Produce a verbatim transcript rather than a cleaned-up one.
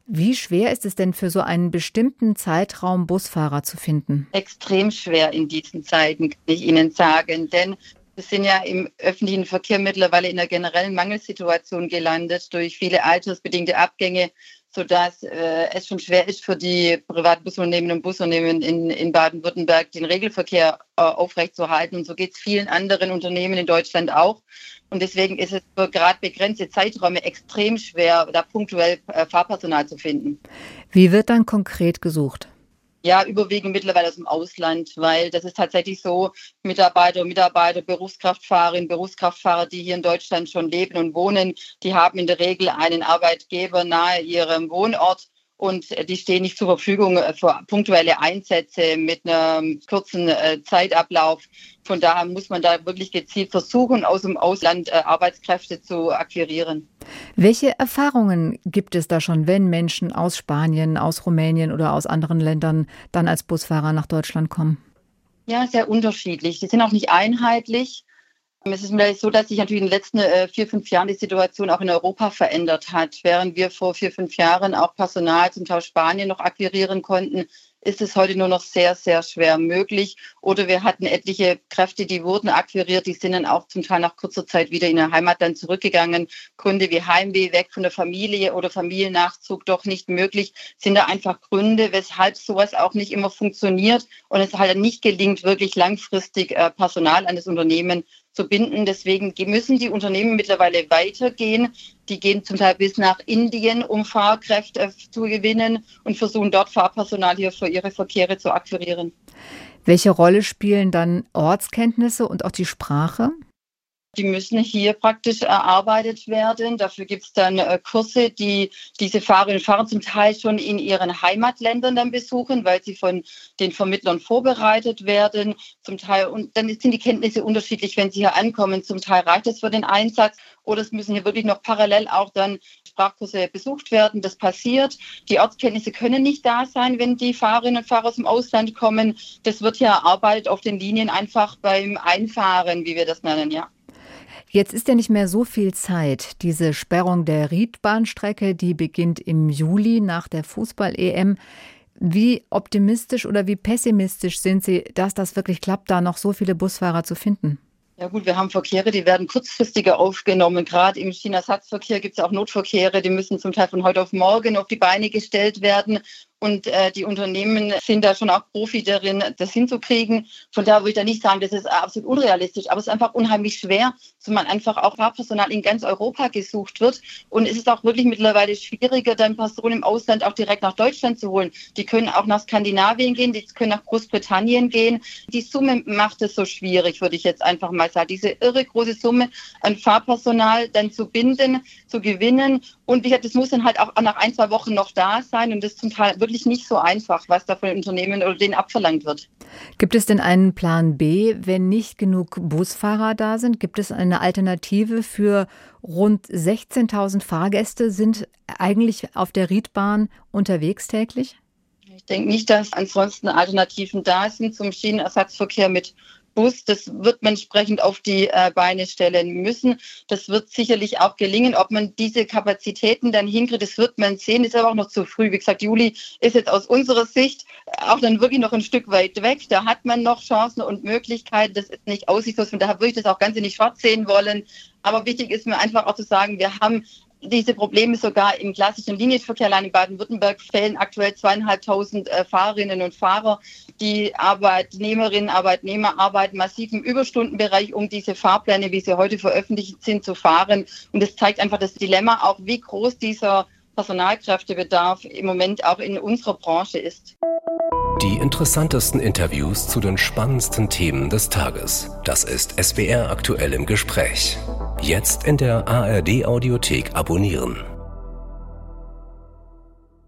Wie schwer ist es denn für so einen bestimmten Zeitraum Busfahrer zu finden? Extrem schwer in diesen Zeiten, kann ich Ihnen sagen, denn wir sind ja im öffentlichen Verkehr mittlerweile in einer generellen Mangelsituation gelandet durch viele altersbedingte Abgänge, sodass äh, es schon schwer ist für die Privatbusunternehmen und Busunternehmen in, in Baden-Württemberg, den Regelverkehr äh, aufrechtzuerhalten. Und so geht es vielen anderen Unternehmen in Deutschland auch. Und deswegen ist es für gerade begrenzte Zeiträume extrem schwer, da punktuell äh, Fahrpersonal zu finden. Wie wird dann konkret gesucht? Ja, überwiegend mittlerweile aus dem Ausland, weil das ist tatsächlich so, Mitarbeiter und Mitarbeiter, Berufskraftfahrerinnen, Berufskraftfahrer, die hier in Deutschland schon leben und wohnen, die haben in der Regel einen Arbeitgeber nahe ihrem Wohnort und die stehen nicht zur Verfügung für punktuelle Einsätze mit einem kurzen Zeitablauf. Von daher muss man da wirklich gezielt versuchen, aus dem Ausland Arbeitskräfte zu akquirieren. Welche Erfahrungen gibt es da schon, wenn Menschen aus Spanien, aus Rumänien oder aus anderen Ländern dann als Busfahrer nach Deutschland kommen? Ja, sehr unterschiedlich. Die sind auch nicht einheitlich. Es ist vielleicht so, dass sich natürlich in den letzten äh, vier, fünf Jahren die Situation auch in Europa verändert hat. Während wir vor vier, fünf Jahren auch Personal zum Teil aus Spanien noch akquirieren konnten, ist es heute nur noch sehr, sehr schwer möglich. Oder wir hatten etliche Kräfte, die wurden akquiriert, die sind dann auch zum Teil nach kurzer Zeit wieder in ihr Heimatland zurückgegangen. Gründe wie Heimweh, weg von der Familie oder Familiennachzug doch nicht möglich. Sind da einfach Gründe, weshalb sowas auch nicht immer funktioniert und es halt nicht gelingt, wirklich langfristig äh, Personal an das Unternehmen zu binden. Deswegen müssen die Unternehmen mittlerweile weitergehen. Die gehen zum Teil bis nach Indien, um Fahrkräfte zu gewinnen und versuchen dort Fahrpersonal hier für ihre Verkehre zu akquirieren. Welche Rolle spielen dann Ortskenntnisse und auch die Sprache? Die müssen hier praktisch erarbeitet werden. Dafür gibt es dann äh, Kurse, die diese Fahrerinnen und Fahrer zum Teil schon in ihren Heimatländern dann besuchen, weil sie von den Vermittlern vorbereitet werden. Zum Teil, und dann sind die Kenntnisse unterschiedlich, wenn sie hier ankommen. Zum Teil reicht es für den Einsatz oder es müssen hier wirklich noch parallel auch dann Sprachkurse besucht werden. Das passiert. Die Ortskenntnisse können nicht da sein, wenn die Fahrerinnen und Fahrer aus dem Ausland kommen. Das wird ja erarbeitet auf den Linien einfach beim Einfahren, wie wir das nennen, ja. Jetzt ist ja nicht mehr so viel Zeit. Diese Sperrung der Riedbahnstrecke, die beginnt im Juli nach der Fußball-E M. Wie optimistisch oder wie pessimistisch sind Sie, dass das wirklich klappt, da noch so viele Busfahrer zu finden? Ja gut, wir haben Verkehre, die werden kurzfristiger aufgenommen. Gerade im Schienenersatzverkehr gibt es auch Notverkehre, die müssen zum Teil von heute auf morgen auf die Beine gestellt werden. Und äh, die Unternehmen sind da schon auch Profi darin, das hinzukriegen. Von daher würde ich da nicht sagen, das ist absolut unrealistisch. Aber es ist einfach unheimlich schwer, zumal einfach auch Fahrpersonal in ganz Europa gesucht wird. Und es ist auch wirklich mittlerweile schwieriger, dann Personen im Ausland auch direkt nach Deutschland zu holen. Die können auch nach Skandinavien gehen, die können nach Großbritannien gehen. Die Summe macht es so schwierig, würde ich jetzt einfach mal sagen. Diese irre große Summe an Fahrpersonal dann zu binden, zu gewinnen. Und wie gesagt, das muss dann halt auch nach ein, zwei Wochen noch da sein. Und das zum Teil wirklich nicht so einfach, was da von den Unternehmen oder denen abverlangt wird. Gibt es denn einen Plan B, wenn nicht genug Busfahrer da sind? Gibt es eine Alternative für rund sechzehntausend Fahrgäste, sind eigentlich auf der Riedbahn unterwegs täglich? Ich denke nicht, dass ansonsten Alternativen da sind zum Schienenersatzverkehr mit Bus. Das wird man entsprechend auf die äh, Beine stellen müssen. Das wird sicherlich auch gelingen. Ob man diese Kapazitäten dann hinkriegt, das wird man sehen. Das ist aber auch noch zu früh. Wie gesagt, Juli ist jetzt aus unserer Sicht auch dann wirklich noch ein Stück weit weg. Da hat man noch Chancen und Möglichkeiten. Das ist nicht aussichtslos. Von daher würde ich das auch ganz nicht schwarz sehen wollen. Aber wichtig ist mir einfach auch zu sagen, wir haben diese Probleme sogar im klassischen Linienverkehr. Allein in Baden-Württemberg fehlen aktuell zweieinhalbtausend äh, Fahrerinnen und Fahrer. Die Arbeitnehmerinnen, Arbeitnehmer arbeiten massiv im Überstundenbereich, um diese Fahrpläne, wie sie heute veröffentlicht sind, zu fahren. Und das zeigt einfach das Dilemma, auch wie groß dieser Personalkräftebedarf im Moment auch in unserer Branche ist. Die interessantesten Interviews zu den spannendsten Themen des Tages. Das ist S W R aktuell im Gespräch. Jetzt in der A R D Audiothek abonnieren.